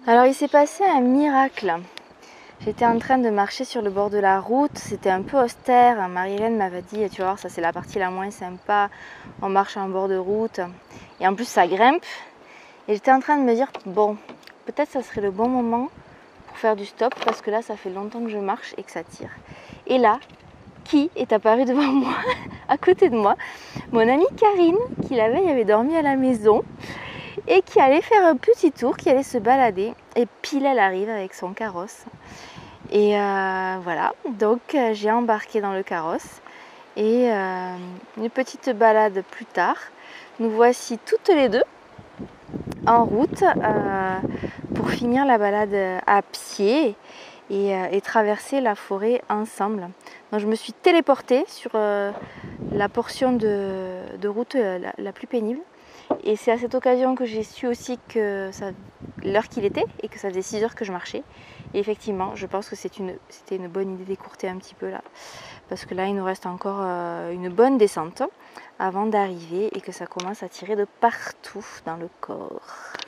Alors il s'est passé un miracle. J'étais en train de marcher sur le bord de la route, c'était un peu austère. Marie-Hélène m'avait dit, tu vois, ça c'est la partie la moins sympa, on marche en bord de route. Et en plus ça grimpe. Et j'étais en train de me dire, bon, peut-être ça serait le bon moment pour faire du stop, parce que là ça fait longtemps que je marche et que ça tire. Et là, qui est apparu devant moi, à côté de moi? Mon amie Karine, qui la veille avait dormi à la maison et qui allait faire un petit tour, qui allait se balader. Et pile elle arrive avec son carrosse. Et voilà, donc j'ai embarqué dans le carrosse. Et une petite balade plus tard, nous voici toutes les deux en route pour finir la balade à pied et traverser la forêt ensemble. Donc je me suis téléportée sur la portion de route la plus pénible. Et c'est à cette occasion que j'ai su aussi que l'heure qu'il était et que ça faisait 6 heures que je marchais. Et effectivement, je pense que c'était une bonne idée d'écourter un petit peu là. Parce que là, il nous reste encore une bonne descente avant d'arriver et que ça commence à tirer de partout dans le corps.